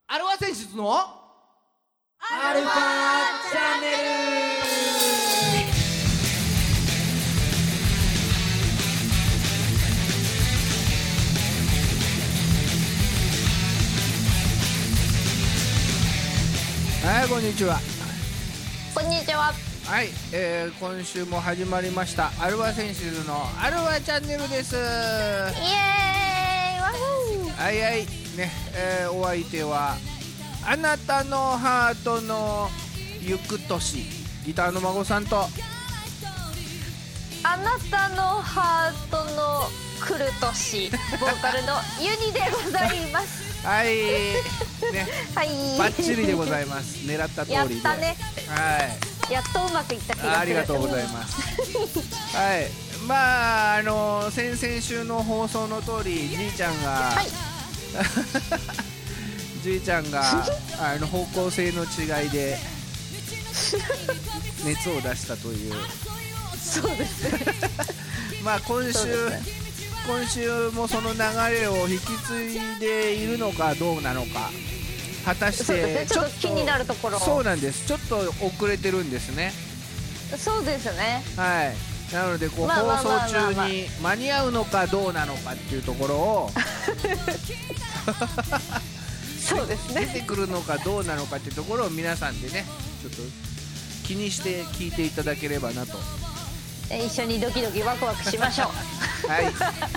アルファ選出のアルファチャンネル。 はい、こんにちは。 こんにちは。 はい、今週も始まりましたアルファセンシズのアルファチャンネルです。 イエーイ、ワフー。 はいはいね、お相手はあなたのハートの行く年ギターの孫さんと、 あなたのハートの来る年ボーカルのユニでございますはいねはいバッチリでございます。狙った通りでやったね。 はい、 やっとうまくいった気がする。 ありがとうございますはい、まあ先々週の放送の通り、じいちゃんが、 はいじいちゃんが方向性の違いで熱を出したというそうですねまあ今そうですね。 週もその流れを引き継いでいるのかどうなのか、果たしそうですてね、ちょっと気になるところ。 そうなんです、ちょっと遅れてるんですね。 そうですね。 はい、なのでこうまあまあ放まあまあ送中に間に合うのかどうなのかっていうところをそうです出ね。 てくるのかどうなのかっていうところを皆さんでね、ちょっと気にして聞いていただければなと。 一緒にドキドキワクワクしましょうはいね、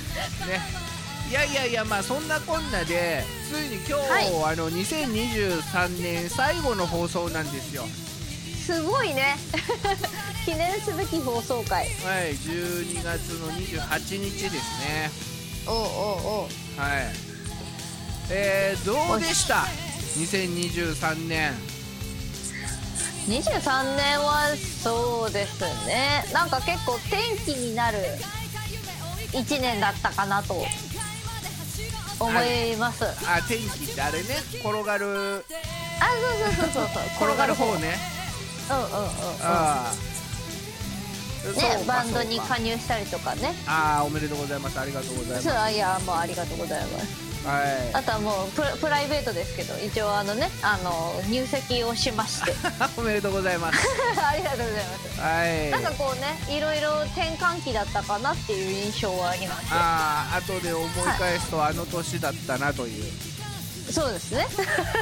いやまあそんなこんなでついに今日、 はい 2023年最後の放送なんですよ。 すごいね記念すべき放送回。 はい、12月の28日ですね。 おうおうおう。 はい、どうでした2023年。 23年はそうですね、なんか結構転機になる1年だったかなと思います。 あ、天気ってあれね、転がるそう転がる方ね。 うんああ、そうね、 かバンドにそうか加入したりとかね。 ああ、おめでとうございます。ありがとうございます。 そう、いやもうありがとうございます。 はあとはもうプライベートですけど、一応入籍をしましていおめでとうございますありがとうございます。 はいなんかこうね、いろいろ転換期だったかなっていう印象はあります。 後で思い返すとあの年だったなという、 そうですね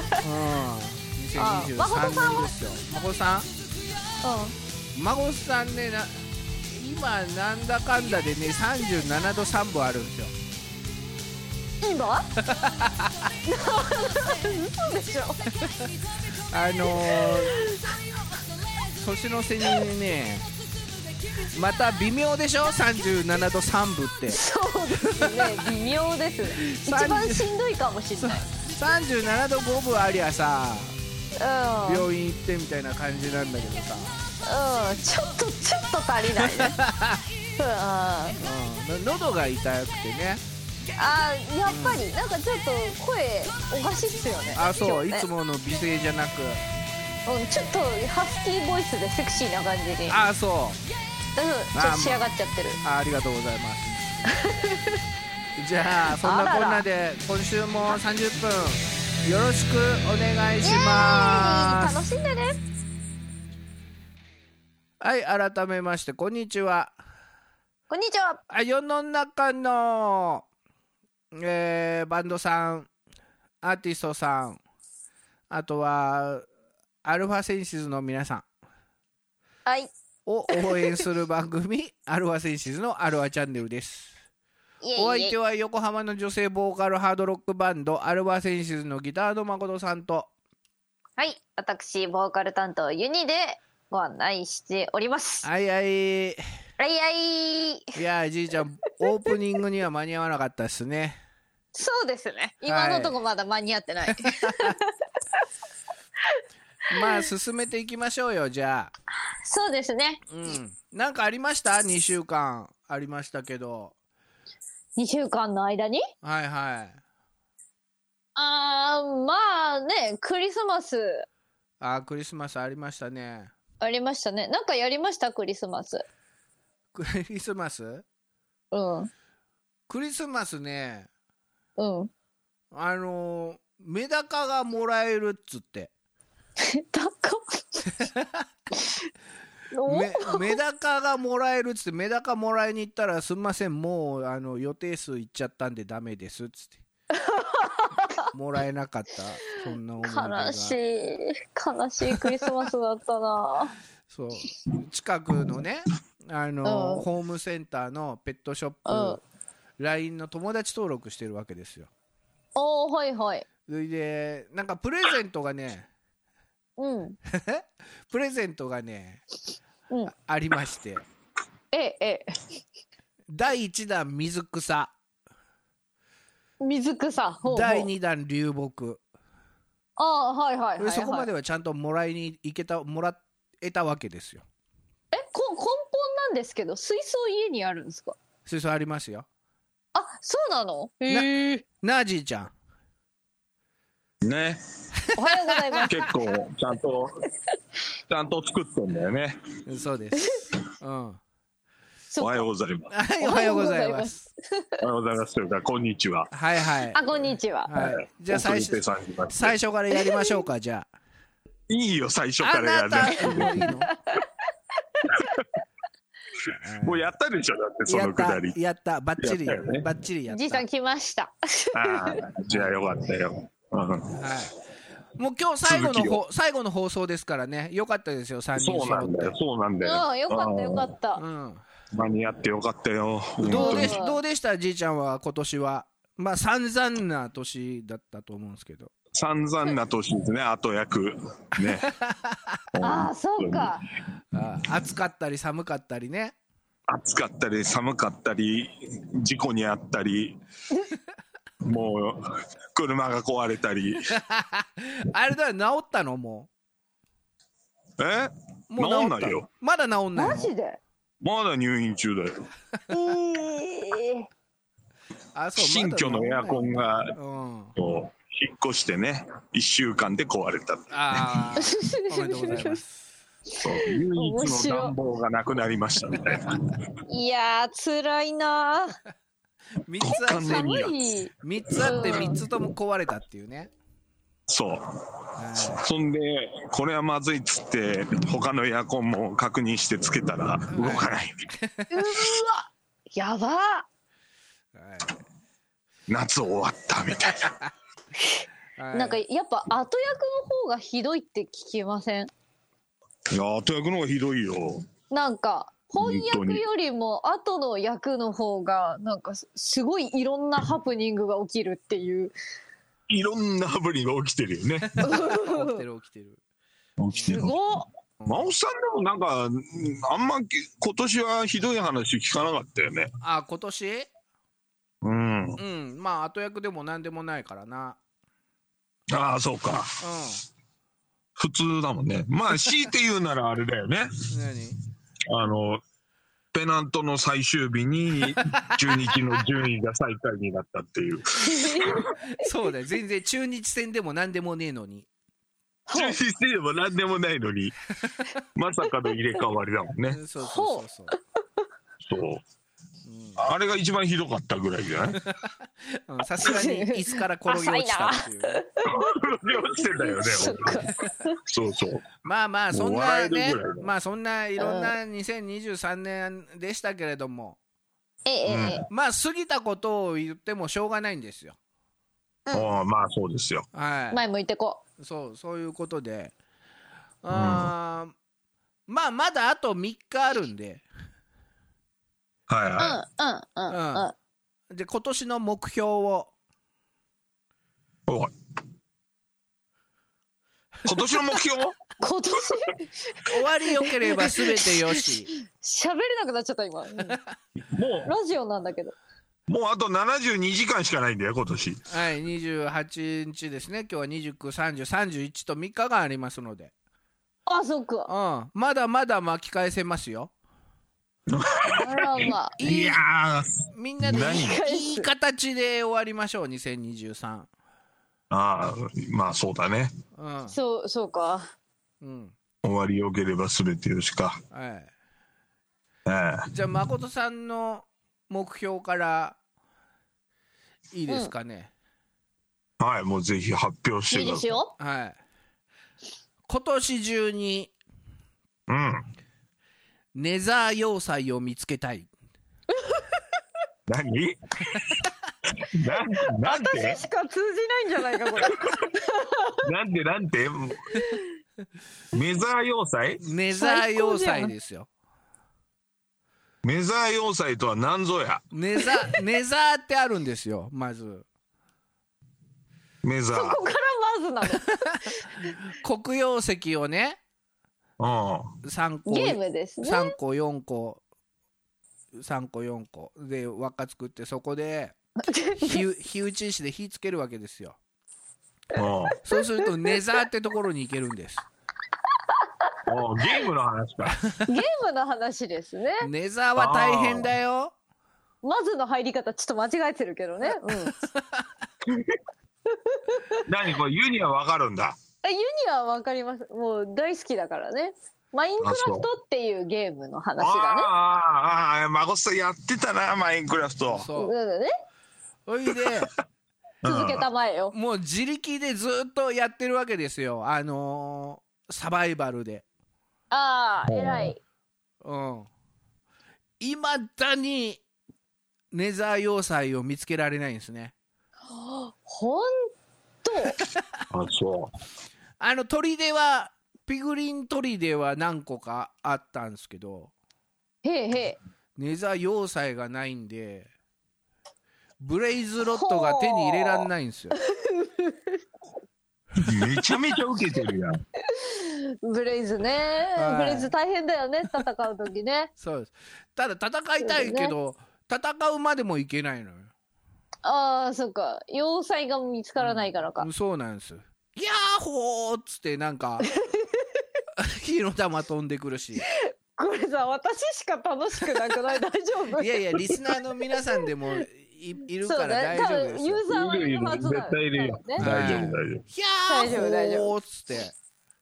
2023年ですよ。孫さん孫さんね、今なんだかんだでね37度3分あるんですよ。 今嘘でしょ年の瀬にね、また微妙でしょ、37度3分って。 そうですね、微妙ですね。一番しんどいかもしれない。 37度5分ありゃさ、 うん、 病院行ってみたいな感じなんだけどさ、 ちょっと足りないね喉が痛くてね。 やっぱりなんかちょっと声おかしいっすよね。 そう、 今日ね、 いつもの美声じゃなく、 ちょっとハスキーボイスでセクシーな感じに、 そうちょっと仕上がっちゃってる。 ありがとうございますじゃあそんなこんなで今週も30分よろしくお願いします。 楽しんでね。 はい、改めましてこんにちは。 こんにちは。 世の中の、バンドさん、アーティストさん、あとはアルファセンシズの皆さんを応援する番組アルファセンシズのアルファチャンネルです。お相手は横浜の女性ボーカルハードロックバンドアルファセンシズのギターの誠さんと、 はい、私ボーカル担当ユニでご案内しております。 はいはいいや、じいちゃんオープニングには間に合わなかったですね。 そうですね、今のとこまだ間に合ってない、 まあ進めていきましょうよ。じゃあそうですね。 なんかありました？2週間ありましたけど。 2週間の間にはいはい。 まあね、クリスマスクリスマスありましたね。 ありましたね。なんかやりました？クリスマス。 クリスマスうんクリスマスね、 うんメダカがもらえるっつってメダカがもらえるっつって、メダカもらいに行ったら、すみません、もう予定数いっちゃったんでダメですっつってもらえなかった。そんな思い出が。 悲しいクリスマスだったな。 そう近くのね、ホームセンターのペットショップ、LINE の友達登録してるわけですよ。 はいはい。 それでなんかプレゼントがねプレゼントがね、ありまして、第1弾水草、第2弾流木。 はいはいはい。 そこまではちゃんともらえたわけですよ。 根本なんですけど、水槽家にあるんですか？ 水槽ありますよ。 あ、そうなの？ なあじいちゃんね。 おはようございます。 結構ちゃんと作ってんだよね。 そうです。 おはようございます。 おはようございます。 おはようございますというか、こんにちは。 はいはい。 こんにちは。 じゃあ最初からやりましょうか。じゃあいいよ、最初からやる。もうやったでしょ、だってそのくだり。 やった、バッチリやった。 じいさん来ました。 じゃあよかったよ。 もう今日最後の放送ですからね。よかったですよ、3人揃って。 そうなんだよ。 よかった。 間に合ってよかったよ。 どうでしたじいちゃんは今年は。まあ散々な年だったと思うんですけど。 散々な年ですね、後役ね。 そうか。 暑かったり寒かったりね。 暑かったり寒かったり、事故にあったりもう車が壊れたりあれだよ、治ったの？もう治んないよ。 まだ治んないの？ マジで？ まだ入院中だよ。新居のエアコンが引っ越してね、1週間で壊れた。 おめでとうございます。 唯一の暖房がなくなりましたみたいな。 いやー辛いな。 3つあって3つとも壊れたっていうね。 そう。そんでこれはまずいっつって他のエアコンも確認してつけたら動かない。 うわ、やば。 夏終わったみたいな。なんかやっぱ後役の方がひどいって聞きません？ いや、後役の方がひどいよ。 なんか翻訳よりも後の役の方がなんかすごいいろんなハプニングが起きるっていう。 いろんなハプニングが起きてるよね。 起きてる。 すごっ。 真央さんでもなんかあんま今年はひどい話聞かなかったよね。 今年？まあ後役でも何でもないからな。 そうか。普通だもんね。まあ強いて言うならあれだよね。 何？ ペナントの最終日に中日の順位が最下位になったっていう。 そうだよ、全然中日戦でも何でもねえのに。 中日戦でも何でもないのにまさかの入れ替わりだもんね。 そう。 あれが一番ひどかったぐらいじゃない？ さすがに椅子から転げ落ちたっていう。転げ落ちてたよね。そう。 まあそんなね、そんないろんな2023年でしたけれども、まあ過ぎたことを言ってもしょうがないんですよ。 まあそうですよ。 前向いてこう。そういうことで、まあまだあと3日あるんで。で今年の目標を。 今年の目標？ 今年終わりよければ全てよし。 喋れなくなっちゃった今。もうラジオなんだけど。 もうあと72時間しかないんだよ今年。 はい、28日ですね。今日は29、30、31と3日がありますので。 そっか。 まだまだ巻き返せますよ。 いやみんなでいい形で終わりましょう。2023。 まあそうだね。 そうか。 終わりよければ全てよしか。 じゃあ誠さんの目標からいいですかね。 はい、もうぜひ発表していいください。 ですよ。 はい。今年中にうん。 ネザー要塞を見つけたい。 何なんて私しか通じないんじゃないかこれ。 なんてメザー要塞ネザー要塞ですよ。 メザー要塞とは何ぞや。 ネザーってあるんですよ。まずメザー。 そこからまずな黒曜石をね、 うん。 3個の。ゲームですね。 3個4個3個4個で輪っか作って、そこで火打ち石で火つけるわけですよ。そうするとネザーってところに行けるんです。 ゲームの話か。 ゲームの話ですね。 ネザーは大変だよ。 まずの入り方ちょっと間違えてるけどね。うん。 何これ、ユニはわかるんだ。 ユニはわかります。もう大好きだからね。マインクラフトっていうゲームの話がね。 孫さんやってたな、マインクラフト。 そうだね。 それで続けたまえよ。 もう自力でずっとやってるわけですよ。サバイバルで。 ああ、偉い。 いまだにネザー要塞を見つけられないんですね。 ほんと。 あ、そう。 砦はピグリン砦は何個かあったんですけど、 へえへえ。 ネザー要塞がないんで、ブレイズロッドが手に入れられないんですよ。 めちゃめちゃ受けてるやん。 ブレイズね、 はいブレイズ大変だよね、戦う時ね。 そうです。ただ戦いたいけど、戦うまでもいけないのよ。 ああ、そっか。要塞が見つからないからか。 そうなんです。ヤーホーっつってなんか火の玉飛んでくるし。 これさ、私しか楽しくなくない？大丈夫？ いやいや、リスナーの皆さんでもいるから大丈夫ですよ。 ユーザーはいるはずだよ。 絶対いるよ。 多分ね大丈夫、大丈夫。 ヤーホーっつって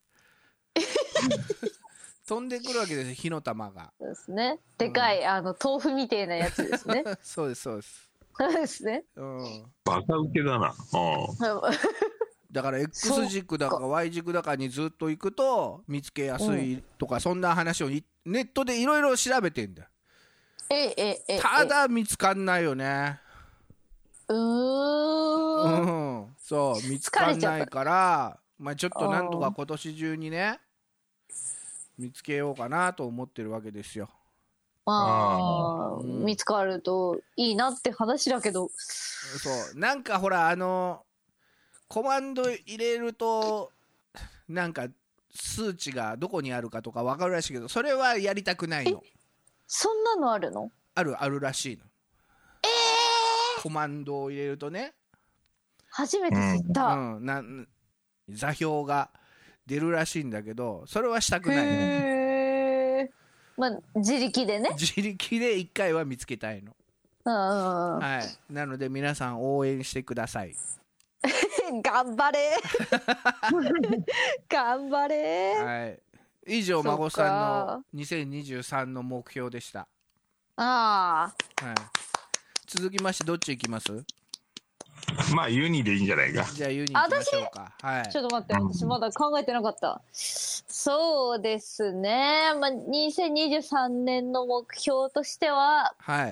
飛んでくるわけですよ、火の玉が。 そうですね。でかい、豆腐みたいなやつですね。 そうですそうです。 そうですね。 バカウケだな。 だから X 軸だか Y 軸だかにずっと行くと見つけやすいとか、そんな話をネットでいろいろ調べてんだよ。ただ見つかんないよね。そう見つかんないから、まあ、ちょっとなんとか今年中にね見つけようかなと思ってるわけですよ。 まあ、見つかるといいなって話だけど。 そうなんかほらコマンド入れるとなんか数値がどこにあるかとか分かるらしいけど、それはやりたくないの。 そんなのあるの？ あるらしいの。コマンドを入れるとね、 初めて知った。 座標が出るらしいんだけど、それはしたくないの。 へー。まあ自力でね。 自力で1回は見つけたいの。はい。なので皆さん応援してください。 頑張れ頑張れ。 はい。以上、孫さんの2023の目標でした。 はい。 続きましてどっち行きます？ まあユニでいいんじゃないか。 じゃあユニ行きましょうか。はい。 ちょっと待って、私まだ考えてなかった。そうですね。まあ2023年の目標としては、 はい。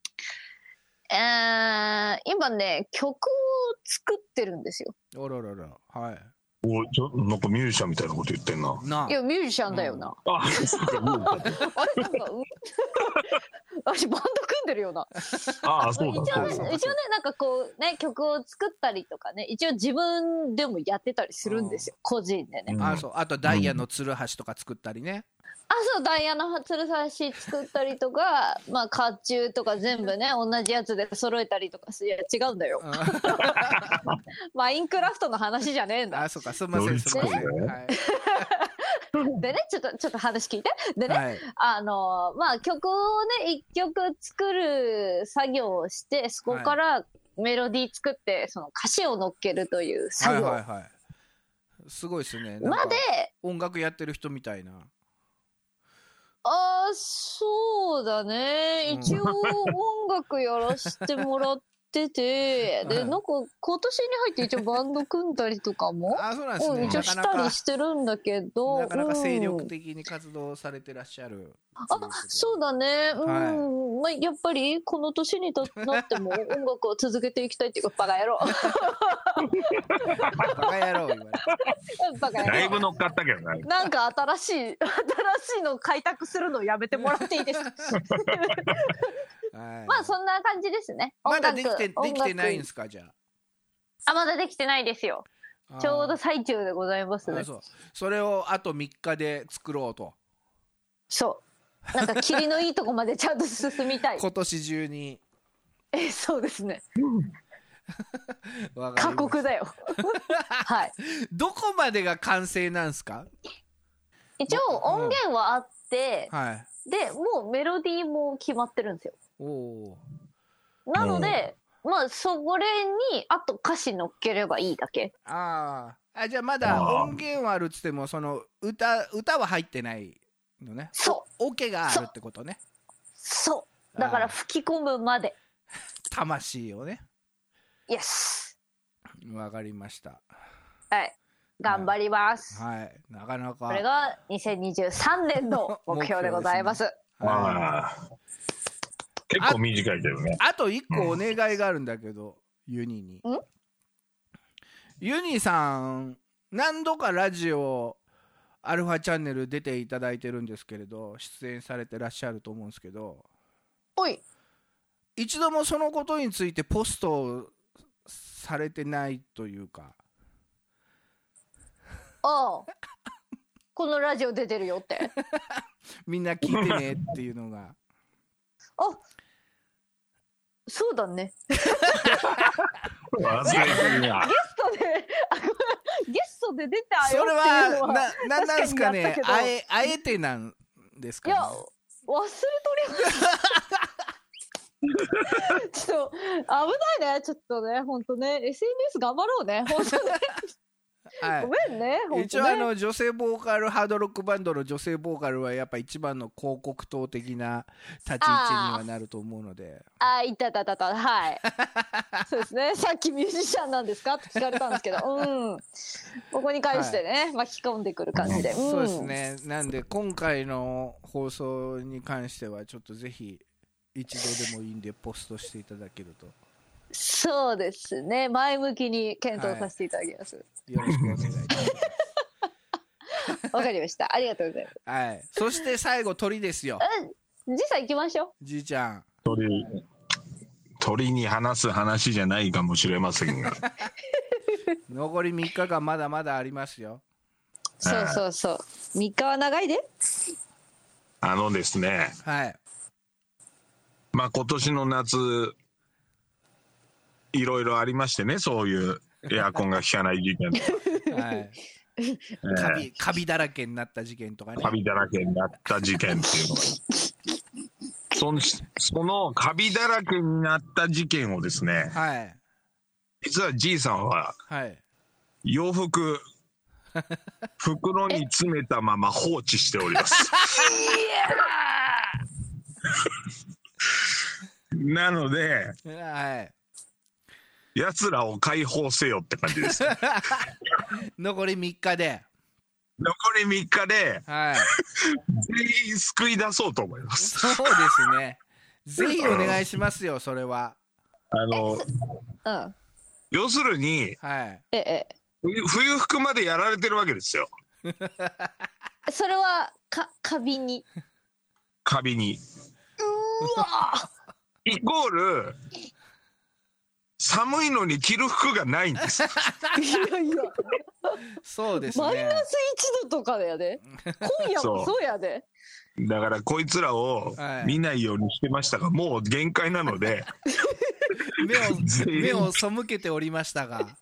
今ね、曲を作ってるんですよ。 おららら。はい。 なんかミュージシャンみたいなこと言ってんな。 いや、ミュージシャンだよな。 あ、そうか、もうか。 あれなんか、私バンド組んでるよな。 あ、そうだ。 一応ね、なんかこうね、曲を作ったりとかね、一応自分でもやってたりするんですよ。個人でね。 そう。あとダイヤのツルハシとか作ったりね。 そう、ダイヤのつるさし作ったりとか、まあ、甲冑とか全部ね、同じやつで揃えたりとかいや、違うんだよ。マインクラフトの話じゃねえんだ。 そうか、すみません、すみません。 でね、ちょっと話聞いて。でね、まあ、曲をね、一曲作る作業をして、そこからメロディー作って、その歌詞を乗っけるという作業。 すごいですね。 まで、 音楽やってる人みたいな。 そうだね。一応音楽やらせてもらっってて、で、なんか今年に入って一応バンド組んだりとかも、 そうなんですね。 一応したりしてるんだけど、 なかなか精力的に活動されてらっしゃる。 そうだね。まあ、やっぱりこの年になっても音楽を続けていきたいっていうか、バカ野郎。 バカ野郎言われバカ野郎。 だいぶ乗っかったけどね。 なんか新しいのを開拓するのをやめてもらっていいですか。まあそんな感じですね。 まだできてないんですか、じゃあ。まだできてないですよ。ちょうど最中でございますね。 それをあと3日で作ろうと。 そう。なんか霧のいいとこまでちゃんと進みたい。 今年中に。 そうですね。過酷だよ。はい。 どこまでが完成なんですか？ 一応音源はあって、 はい、 でもうメロディーも決まってるんですよ。なので、まあそれにあと歌詞乗っければいいだけ。 じゃあまだ音源はあるっつってもその歌は入ってないのね。 そう。 オケがあるってことね。 そう。だから吹き込むまで。 魂をね。 イエス。 わかりました。 はい。頑張ります。 はい。なかなか。 これが2023年の目標でございます。 結構短いけどね。 あと1個お願いがあるんだけど、ユニに。ユニさん、何度かラジオ、アルファチャンネル出ていただいてるんですけれど、出演されてらっしゃると思うんですけど、一度もそのことについてポストされてないというか。 このラジオ出てるよって。 みんな聞いてねっていうのが。 そうだね。 忘れてるな。 ゲストで出たそれよっていうのははなんですかね。あえてなんですかね。 いや忘れとります。ちょっと危ないね。ちょっとね、本当ね、SNS 頑張ろうね。本当ね。ごめんね。 一応女性ボーカルハードロックバンドの女性ボーカルはやっぱ一番の広告塔的な立ち位置にはなると思うので。 いたはい。そうですね。さっきミュージシャンなんですかって聞かれたんですけど、ここに関してね、巻き込んでくる感じで。 そうですね。なんで今回の放送に関してはちょっとぜひ一度でもいいんでポストしていただけると。 そうですね。前向きに検討させていただきます。 よろしくお願いします。 わかりました。ありがとうございます。 はい。そして最後鳥ですよ。 じいさん行きましょう。 じいちゃん。 鳥に話す話じゃないかもしれませんが。 残り3日間まだまだありますよ。 そう。3日は長いで。 ですね。 はい。 まあ今年の夏いろいろありましてね、そういうエアコンが効かない事件とか、 カビだらけになった事件とかね。 カビだらけになった事件っていうのがそのカビだらけになった事件をですね、実はじいさんは洋服袋に詰めたまま放置しております。なので、奴らを解放せよって感じです。 残り3日で。 残り3日で、全員救い出そうと思います。 そうですね。ぜひお願いしますよ、それは。 要するに、冬服までやられてるわけですよ。 それはカビに。うわイコール寒いのに着る服がないんです。 いやそうですね。 マイナス1度とかだよね。今夜もそうやで。 だからこいつらを見ないようにしてましたが、もう限界なので目を背けておりましたが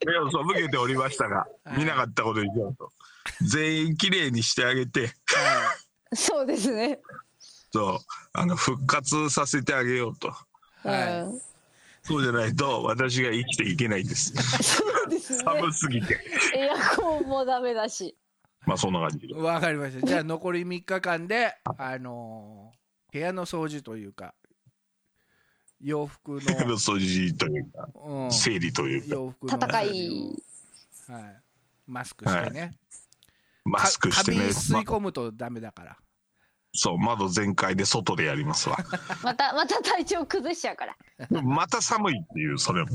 見なかったことにしようと、全員きれいにしてあげて、 そうですね。 復活させてあげようと。そうじゃないと私が生きていけないんです。 そうですね。 寒すぎて。 エアコンもダメだし。 まあそんな感じで。 わかりました。じゃあ残り3日間で部屋の掃除というか洋服の掃除というか、整理というか、 洋服の戦い、 はい、マスクしてね、はい、 マスクしてね、 カビ吸い込むとダメだから、 そう、窓全開で外でやりますわ。 また体調崩しちゃうから。 また寒いっていう、それも。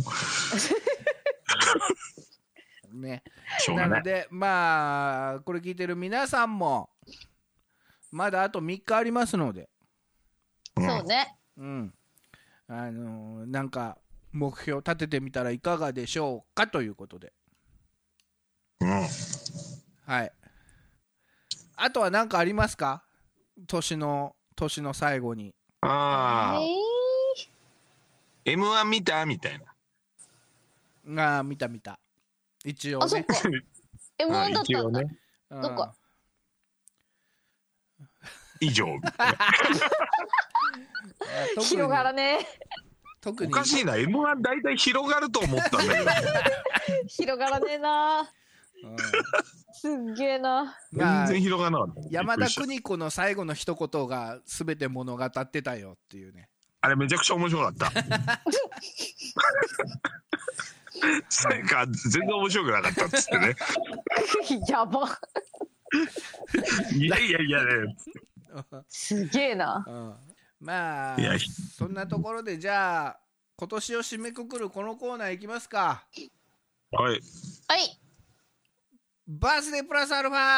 ね、なのでまあこれ聞いてる皆さんもまだあと3日ありますので、 そうね、 うん、なんか目標立ててみたらいかがでしょうかということで、 うん、 はい。あとは何かありますか？年の最後に。 M1 見たみたいな。見た一応ね。 あ、そっか。M1 だったんだ。 ね、 どこ？ 以上。 広がらね。 特におかしいな、M1 大体広がると思ったんだけど。 広がらねえな。すっげえな。 全然広がらなかった。 山田邦子の最後の一言が全て物語ってたよっていうね。 あれめちゃくちゃ面白かった。なんか全然面白くなかったっつってね。 やば。 いやね。 すげえな。 まあそんなところでじゃあ今年を締めくくるこのコーナーいきますか。 はい。 はい。 バースデープラスアルファ。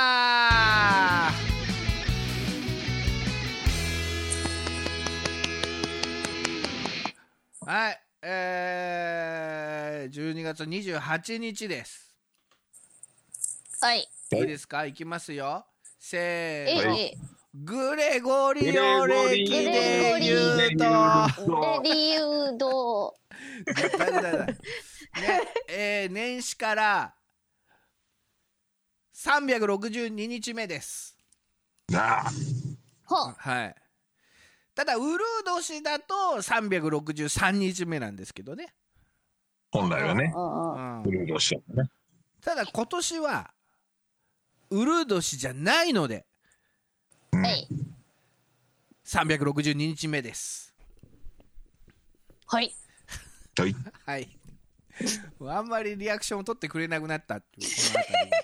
はい、12月28日です。 はい。 いいですか？いきますよ。せーの。グレゴリオ歴で言うと。年始から362日目です。 はい。 ただウルー年だと363日目なんですけどね。 本来はね。ウルー年だね。 ただ今年はウルー年じゃないので、362日目です。 はい。 はい。あんまりリアクションを取ってくれなくなったっていうこの辺り。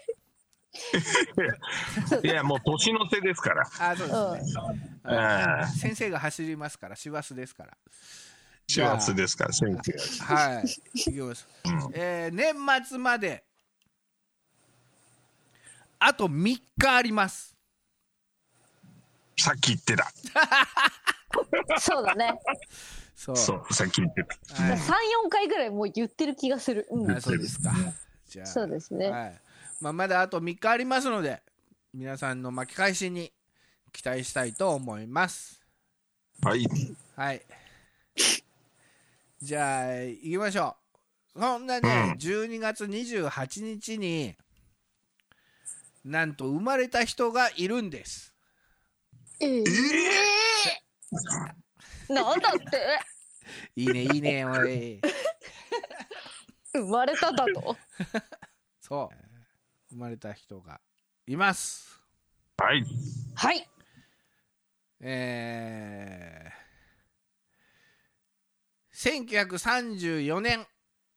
いやもう年の瀬ですから。 あ、そうですね。先生が走りますから、師走ですから。 師走ですから、先生。 はい。いきます。年末まであと3日あります。 さっき言ってた。 そうだね。 そう、 さっき言ってた。 3、4回ぐらいもう言ってる気がする。 そうですか。じゃあそうですね。 はい。まだあと3日ありますので、皆さんの巻き返しに期待したいと思います。 はい。 はい。じゃあ行きましょう。そんなね、12月28日になんと生まれた人がいるんです。 なんだって。 いいねおい。 生まれただと。 そう。生まれた人がいます。 はい。 はい。 1934年。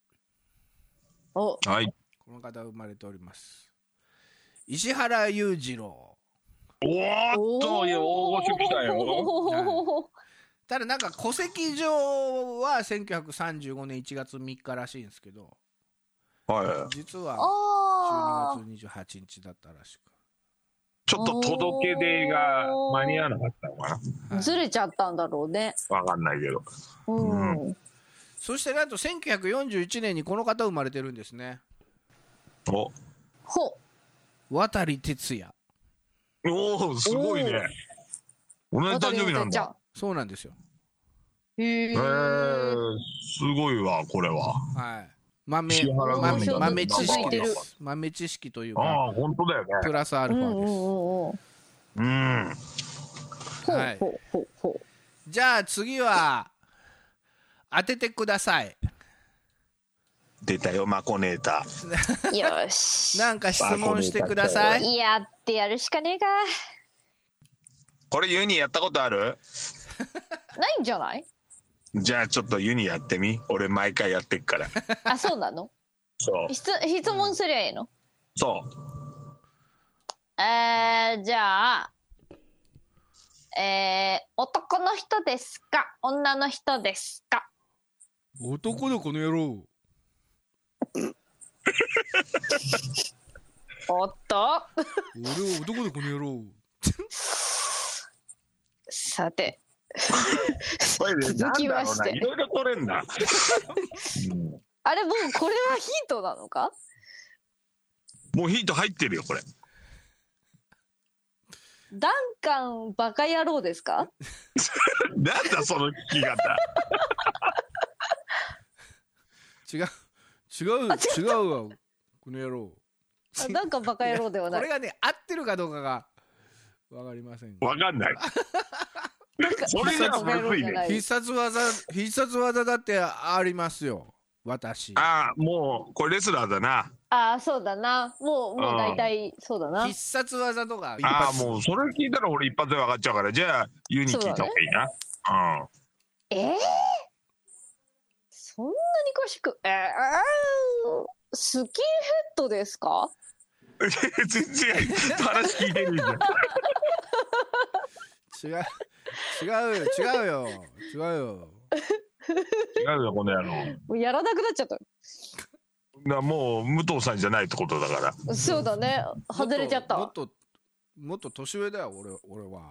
はい。 この方生まれております。石原裕次郎。 おーっと、大御所来たよ。 ただなんか戸籍上は1935年1月3日らしいんですけど、実は12月28日だったらしく、 ちょっと届け出が間に合わなかったのかな。ずれちゃったんだろうね。 わかんないけど。 そしてなんと1941年にこの方生まれてるんですね。渡哲也。 おお、すごいね。同じ誕生日なんだ。 そうなんですよ。 すごいわこれは。 はい。豆知識です。豆知識というか。 本当だよね。 プラスアルファです。はい。じゃあ次は当ててください。 出たよマコネータ。 よし。 なんか質問してください。 やってやるしかねえか。 これユニやったことある？ ないんじゃない？ じゃあちょっとユニやってみ。俺毎回やってっから。 あ、そうなの？ そう。 質問すりゃいいの？ そう。 じゃあ、男の人ですか？女の人ですか？ 男の子の野郎。 おっと俺は男の子の野郎。 さてこれね、 続きまして、 いろいろ取れんな。 あれもうこれはヒントなのか？ もうヒント入ってるよこれ。 ダンカンバカ野郎ですか？ なんだその聞き方。 違うわこの野郎。 ダンカンバカ野郎ではない。 これがね合ってるかどうかがわかりません。 わかんない。それじゃむずいね。 必殺技だってありますよ私。 ああ、もうこれレスラーだな。 ああ、そうだな。もう大体そうだな。 必殺技とか。 ああ、もうそれ聞いたら俺一発で分かっちゃうから、じゃあユニ聞いた方がいいな。 そんなに詳しく、スキンヘッドですか？ 全然話聞いてるじゃん。 違うよこの野郎。 もうやらなくなっちゃった。 もう武藤さんじゃないってことだから。 そうだね、外れちゃった。 もっと年上だよ俺は。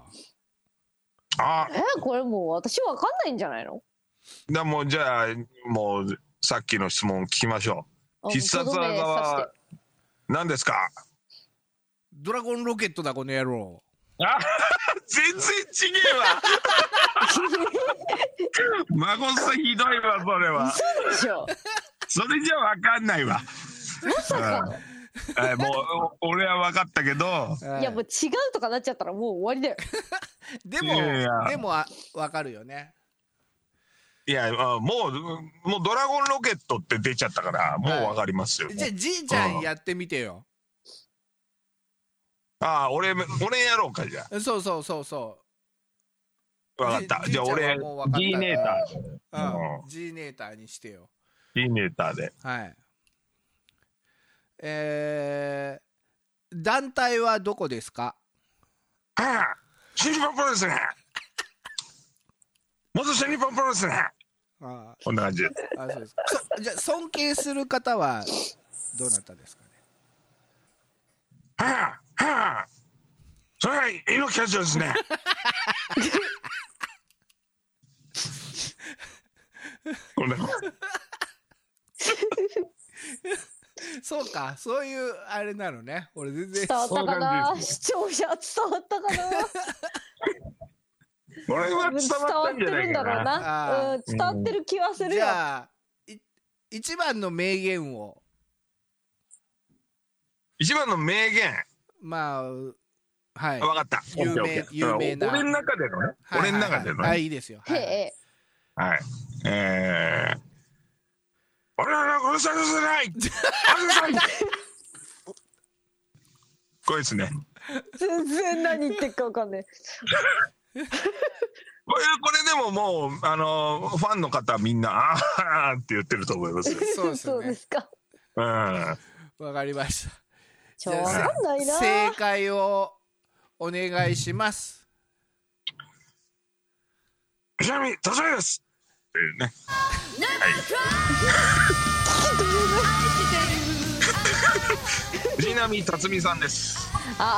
これもう私わかんないんじゃないの？ もうじゃあもうさっきの質問聞きましょう。必殺技は何ですか？ ドラゴンロケットだこの野郎。 全然ちげえわ。孫さんひどいわそれは。 嘘でしょ。 それじゃわかんないわ。 まさかの。 もう俺は分かったけど。 いやもう違うとかなっちゃったらもう終わりだよ。 でも分かるよね。 いやもうドラゴンロケットって出ちゃったからもう分かりますよ。 じゃあじいちゃんやってみてよ。 俺やろうかじゃあ。 そう。 分かった。じゃあ俺 G ネーター。G ネーターにしてよ。 G ネーターで。 はい。団体はどこですか？ 新日本プロレスね。元新日本プロレスね。こんな感じ。 そうです。じゃあ尊敬する方はどなたですかね？ それは猪木会長ですね。こんな。 そうか、そういうあれなのね。俺全然伝わったかな？視聴者伝わったかな？ 俺は伝わってるんだろうな。伝わってる気はするよ。 じゃあ一番の名言を。 一番の名言。 まあはい。 分かった。 有名な。 俺の中でのね。俺の中でのね。 いいですよ。 はい。俺は殺さない。これですね。 全然何言ってるか分かんない。 これでももうファンの方みんなって言ってると思いますよ。 そうですか。 わかりました。 わかんないな。 正解をお願いします。 藤波達也ですっていうね。藤波辰巳さんです。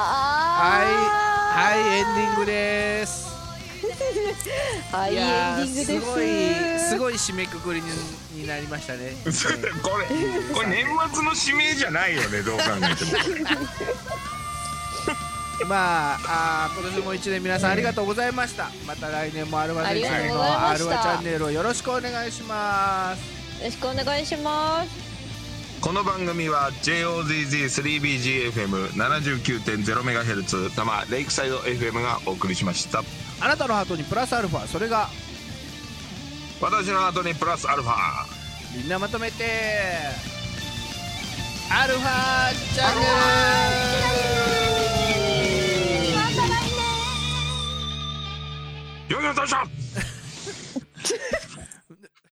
はいエンディングです。 はいエンディングです。 すごい締めくくりになりましたね。 これ年末の締めじゃないよね、どう考えても。 まあ今年も1年皆さんありがとうございました。また来年もアルファ先生のアルファチャンネルをよろしくお願いします。 よろしくお願いします。 この番組は JOZZ3BGFM79.0MHz 多摩レイクサイド FM がお送りしました。 あなたのハートにプラスアルファ、それが私のハートにプラスアルファ、 みんなまとめてアルファチャンネル。 よいしょ。